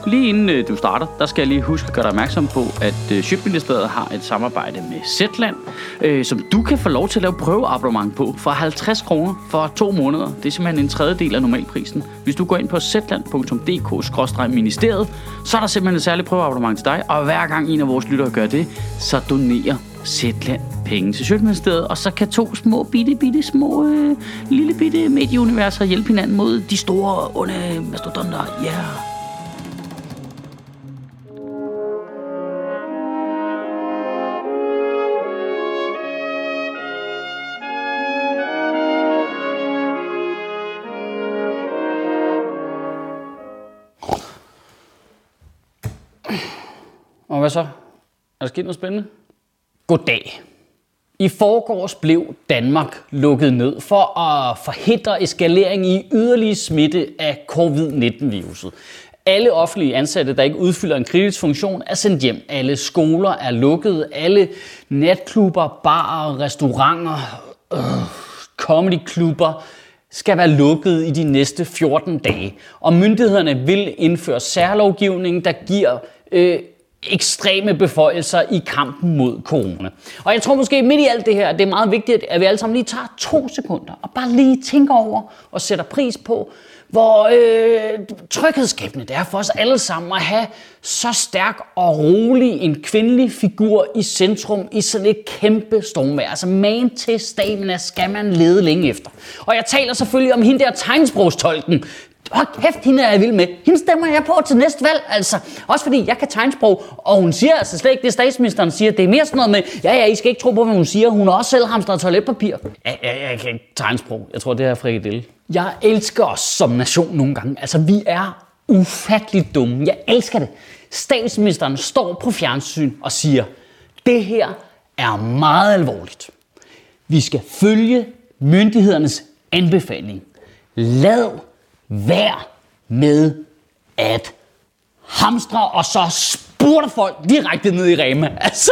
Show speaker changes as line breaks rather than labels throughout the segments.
lige inden du starter, der skal jeg lige huske at gøre dig opmærksom på, at Sjøtministeriet har et samarbejde med Zetland, som du kan få lov til at lave prøveabonnement på for 50 kroner for 2 måneder. Det er simpelthen en tredjedel af normalprisen. Hvis du går ind på zetland.dk/ministeriet, så er der simpelthen et særligt prøveabonnement til dig, og hver gang en af vores lyttere gør det, så donerer Zetland penge til Sjøtministeriet, og så kan 2 små små lille bitte medieuniverser hjælpe hinanden mod de store onde mastodonter. Ja. Yeah. Og hvad så? Er der sket noget spændende? Goddag. I forgårs blev Danmark lukket ned for at forhindre eskalering i yderligere smitte af covid-19-viruset. Alle offentlige ansatte, der ikke udfylder en kritisk funktion, er sendt hjem. Alle skoler er lukket. Alle natklubber, barer, restauranter, comedyklubber skal være lukket i de næste 14 dage. Og myndighederne vil indføre særlovgivning, der giver ekstreme beføjelser i kampen mod corona. Og jeg tror måske midt i alt det her, det er meget vigtigt, at vi alle sammen lige tager 2 sekunder og bare lige tænker over og sætter pris på, hvor tryghedsskabende det er for os alle sammen at have så stærk og rolig en kvindelig figur i centrum i sådan et kæmpe stormvejr. Altså man til stamina skal man lede længe efter. Og jeg taler selvfølgelig om hende der tegnsprogstolken. Kæft, hende er jeg vild med. Hende stemmer jeg på til næste valg, altså. Også fordi jeg kan tegnsprog, og hun siger altså slet ikke det, statsministeren siger. Det er mere sådan noget med, I skal ikke tro på, hvad hun siger. Hun har også selv hamstret toiletpapir. Jeg kan ikke tegnsprog. Jeg tror, det er frikadelle. Jeg elsker os som nation nogle gange. Altså, vi er ufatteligt dumme. Jeg elsker det. Statsministeren står på fjernsyn og siger, det her er meget alvorligt. Vi skal følge myndighedernes anbefaling. Lad vær med at hamstre, og så spurter folk direkte ned i Rema. Altså,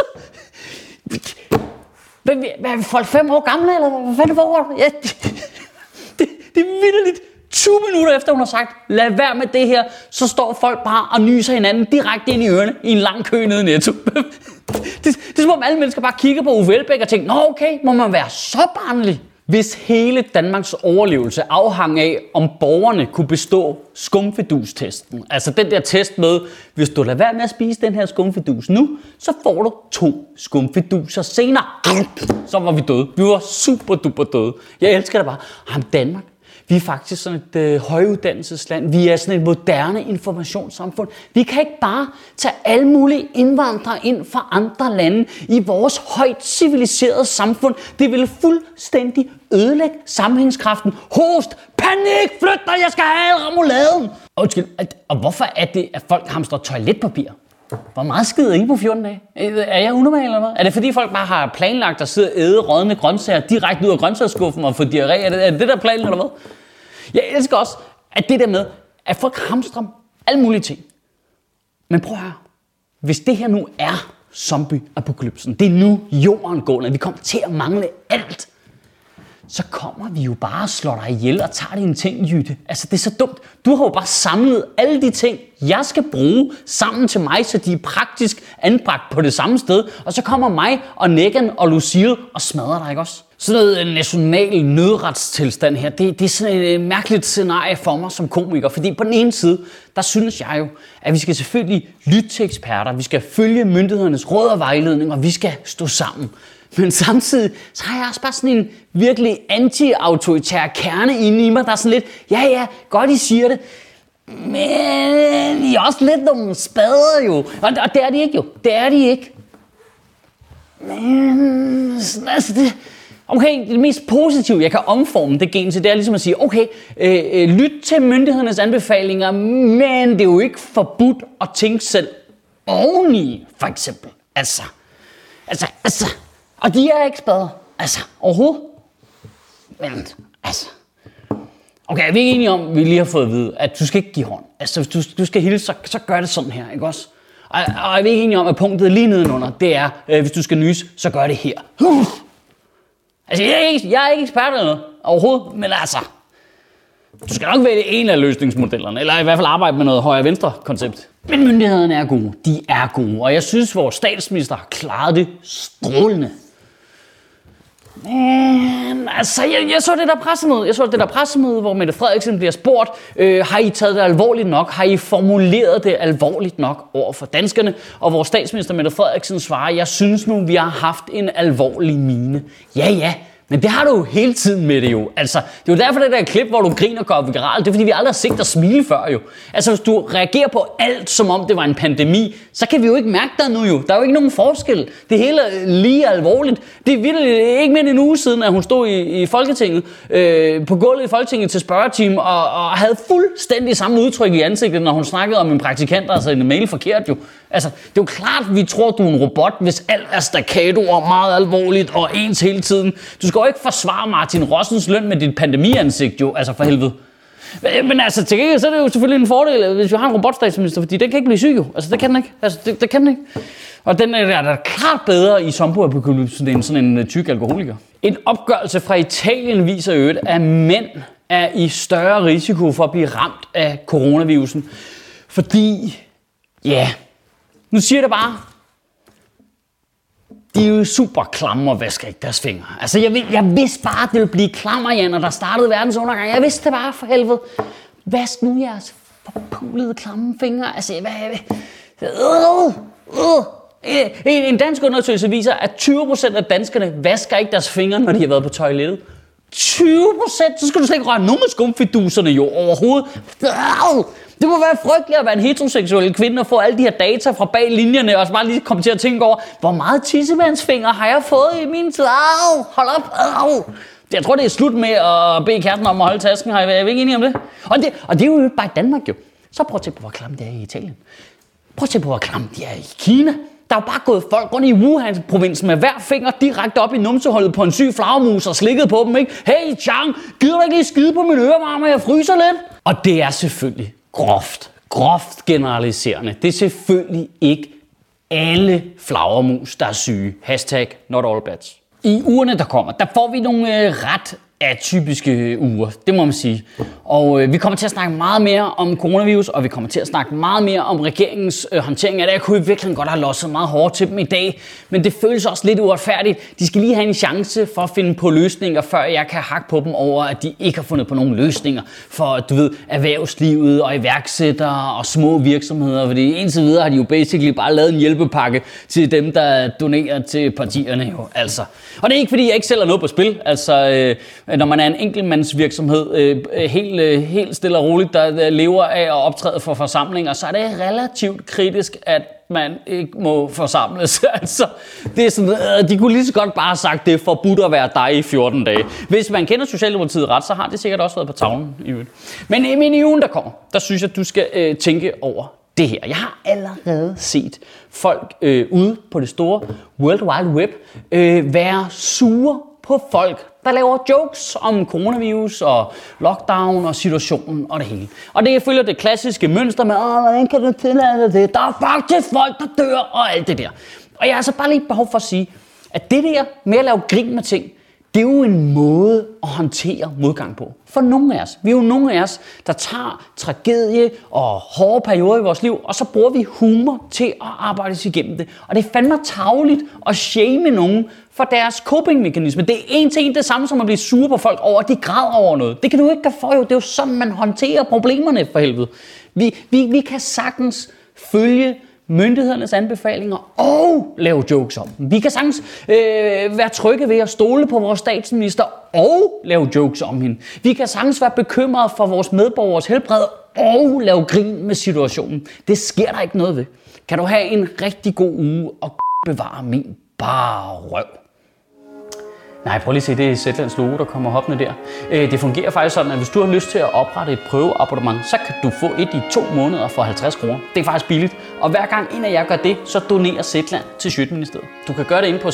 hvad er folk 5 år gamle, eller hvad fanden foregår der? Ja, det er vitterligt 20 minutter efter hun har sagt, lad være med det her, så står folk bare og nyser hinanden direkte ind i ørerne i en lang kø nede i Netto. Det er som om alle mennesker bare kigger på Uffe Elbæk og tænker, nå okay, må man være så barnlig? Hvis hele Danmarks overlevelse afhang af, om borgerne kunne bestå skumfidustesten, altså den der test med, hvis du lader være med at spise den her skumfidus nu, så får du 2 skumfiduser senere. Så var vi døde. Vi var super duper døde. Jeg elsker det bare. Danmark, vi er faktisk sådan et højuddannelsesland. Vi er sådan et moderne informationssamfund. Vi kan ikke bare tage alle mulige indvandrere ind fra andre lande i vores højt civiliserede samfund. Det ville fuldstændig ødelægge sammenhængskraften. Host! Panik! Flyt dig! Jeg skal have al remouladen! Og hvorfor er det, at folk hamstrer toiletpapir? Hvor meget skider I på 14 dage? Er jeg unormal eller hvad? Er det fordi folk bare har planlagt at sidde og æde rådne grøntsager direkte ud af grøntsagsskuffen og få diarré? Er det der planen eller hvad? Jeg elsker også, at det der med, at folk hamstrer alle mulige ting. Men prøv at høre. Hvis det her nu er zombie-apokalypsen, det er nu jorden går, når vi kommer til at mangle alt, så kommer vi jo bare og slår dig ihjel og tager dine ting, Jytte. Altså, det er så dumt. Du har jo bare samlet alle de ting, jeg skal bruge sammen til mig, så de er praktisk anbragt på det samme sted. Og så kommer mig og Negan og Lucille og smadrer dig, ikke også? Sådan noget national nødretstilstand her, det er sådan et mærkeligt scenarie for mig som komiker. Fordi på den ene side, der synes jeg jo, at vi skal selvfølgelig lytte til eksperter. Vi skal følge myndighedernes råd og vejledning, og vi skal stå sammen. Men samtidig, så har jeg også bare sådan en virkelig anti-autoritær kerne inde i mig, der er sådan lidt, ja, godt I siger det, men I er også lidt nogle spader jo. Og det er de ikke jo, det er de ikke. Men altså okay, det mest positive, jeg kan omforme det gen til, det er ligesom at sige, okay, lyt til myndighedernes anbefalinger, men det er jo ikke forbudt at tænke selv oveni, for eksempel. Altså. Og de er ikke spader. Altså, overhovedet. Men, altså. Okay, er vi ikke enige om, at vi lige har fået at vide, at du skal ikke give hånd? Altså, hvis du skal hilse, så gør det sådan her, ikke også? Og er vi ikke enige om, at punktet lige nedenunder, det er, hvis du skal nyse, så gør det her. Altså, jeg er ikke ekspert eller noget, overhovedet, men altså. Du skal nok vælge en af løsningsmodellerne, eller i hvert fald arbejde med noget højre-venstre-koncept. Men myndighederne er gode. De er gode. Og jeg synes, vores statsminister har klaret det strålende. Men altså, jeg så det der pressemøde. Hvor Mette Frederiksen bliver spurgt, har I taget det alvorligt nok? Har I formuleret det alvorligt nok over for danskerne? Og vores statsminister Mette Frederiksen svarer, jeg synes nu, vi har haft en alvorlig mine. Ja, men det har du jo hele tiden med det jo. Altså, det er jo derfor det der klip, hvor du griner og går viralt. Det er fordi, vi aldrig har set dig smile før jo. Altså, hvis du reagerer på alt, som om det var en pandemi, så kan vi jo ikke mærke dig nu jo. Der er jo ikke nogen forskel. Det hele er lige alvorligt. Det er virkelig ikke mere end en uge siden, at hun stod i Folketinget, på gulvet i Folketinget til spørgetime, og havde fuldstændig samme udtryk i ansigtet, når hun snakkede om en praktikant, der sendte en mail forkert jo. Altså, det er jo klart, at vi tror, du er en robot, hvis alt er staccato og meget alvorligt og ens hele tiden. Du skal jo ikke forsvare Martin Rossens løn med dit pandemiansigt jo, altså for helvede. Men altså, til gengæld, så er det jo selvfølgelig en fordel, hvis vi har en robotstatsminister, fordi den kan ikke blive syg jo. Altså, det kan den ikke. Altså, det kan den ikke. Og den er klart bedre i zombie-apokalypsen end sådan en tyk alkoholiker. En opgørelse fra Italien viser jo, at mænd er i større risiko for at blive ramt af coronavirusen. Fordi, ja, nu siger det bare, de er jo super klamme og vasker ikke deres fingre. Altså, jeg vidste bare, at det ville blive klammer, Jan, når der startede verdens undergang. Jeg vidste det bare, for helvede. Vask nu jeres forpulede klamme fingre. Altså, En dansk undersøgelse viser, at 20% af danskerne vasker ikke deres fingre, når de har været på toilettet. 20%? Så skal du slet ikke røre nogen med skumfiduserne jo overhovedet. Det må være frygteligt at være en heteroseksuel kvinde og få alle de her data fra bag linjerne, og så bare lige komme til at tænke over, hvor meget tissemandsfinger har jeg fået i min tid? Hold op! Jeg tror, det er slut med at bede kæresten om at holde tasken. Er vi ikke enige om det? Og det er jo bare i Danmark jo. Så prøv at tænke på, hvor klamme det er i Italien. Prøv at tænke på, hvor klamme de er i Kina. Der er jo bare gået folk rundt i Wuhan-provinsen med hver finger direkte op i numsehullet på en syg flagermus og slikket på dem, ikke? Hey Chang, gider du ikke lige skide på min ørevarme, jeg fryser lidt? Og det er selvfølgelig groft generaliserende. Det er selvfølgelig ikke alle flagermus, der er syge. Hashtag not all bats. I ugerne, der kommer, der får vi nogle ret atypiske uger, det må man sige. Og vi kommer til at snakke meget mere om coronavirus, og vi kommer til at snakke meget mere om regeringens håndtering af det. Jeg kunne i virkeligheden godt have losset meget hårdt til dem i dag, men det føles også lidt uretfærdigt. De skal lige have en chance for at finde på løsninger, før jeg kan hakke på dem over, at de ikke har fundet på nogle løsninger for, du ved, erhvervslivet og iværksættere og små virksomheder. Fordi indtil videre har de jo basically bare lavet en hjælpepakke til dem, der donerer til partierne jo, altså. Og det er ikke, fordi jeg ikke selv har noget på spil, altså. Når man er en enkeltmandsvirksomhed, helt stille og roligt, der lever af at optræde for forsamlinger, så er det relativt kritisk, at man ikke må forsamles. Altså, det er sådan, de kunne lige så godt bare have sagt, det er forbudt at være dig i 14 dage. Hvis man kender Socialdemokratiet ret, så har det sikkert også været på tavlen i øvrigt. Men i ugen, der kommer, der synes jeg, at du skal tænke over det her. Jeg har allerede set folk ude på det store World Wide Web være sure på folk, der laver jokes om coronavirus og lockdown og situationen og det hele. Og det følger det klassiske mønster med, hvordan kan du tillade det? Der er faktisk folk, der dør og alt det der. Og jeg har altså bare lige behov for at sige, at det der med at lave grin med ting, det er jo en måde at håndtere modgang på. For nogle af os. Vi er jo nogle af os, der tager tragedie og hårde perioder i vores liv, og så bruger vi humor til at arbejde os igennem det. Og det er fandme tarveligt at shame nogen for deres coping-mekanisme. Det er en ting det samme som at blive sure på folk over, at de græder over noget. Det kan du ikke gøre for jo. Det er jo sådan, man håndterer problemerne for helvede. Vi kan sagtens følge myndighedernes anbefalinger og lave jokes om dem. Vi kan sagtens være trygge ved at stole på vores statsminister og lave jokes om hende. Vi kan sagtens være bekymrede for vores medborgers helbred og lave grin med situationen. Det sker der ikke noget ved. Kan du have en rigtig god uge og bevare min bare røv. Nej, prøv lige at se, det er Zetlands logo, der kommer hoppende der. Det fungerer faktisk sådan, at hvis du har lyst til at oprette et prøveabonnement, så kan du få et i 2 måneder for 50 kroner. Det er faktisk billigt. Og hver gang en af jer gør det, så donerer Zetland til Sjøtministeriet. Du kan gøre det inde på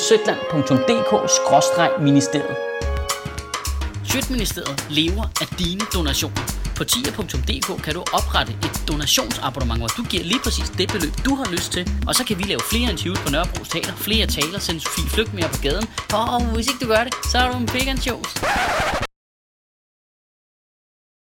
zetland.dk/ministeriet.
Sjøtministeriet lever af dine donationer. På tier.dk kan du oprette et donationsabonnement, hvor du giver lige præcis det beløb, du har lyst til. Og så kan vi lave flere interviews på Nørrebro Teater, flere taler, sende Sofie Flygt mere på gaden. Og hvis ikke du gør det, så er du en big and shows.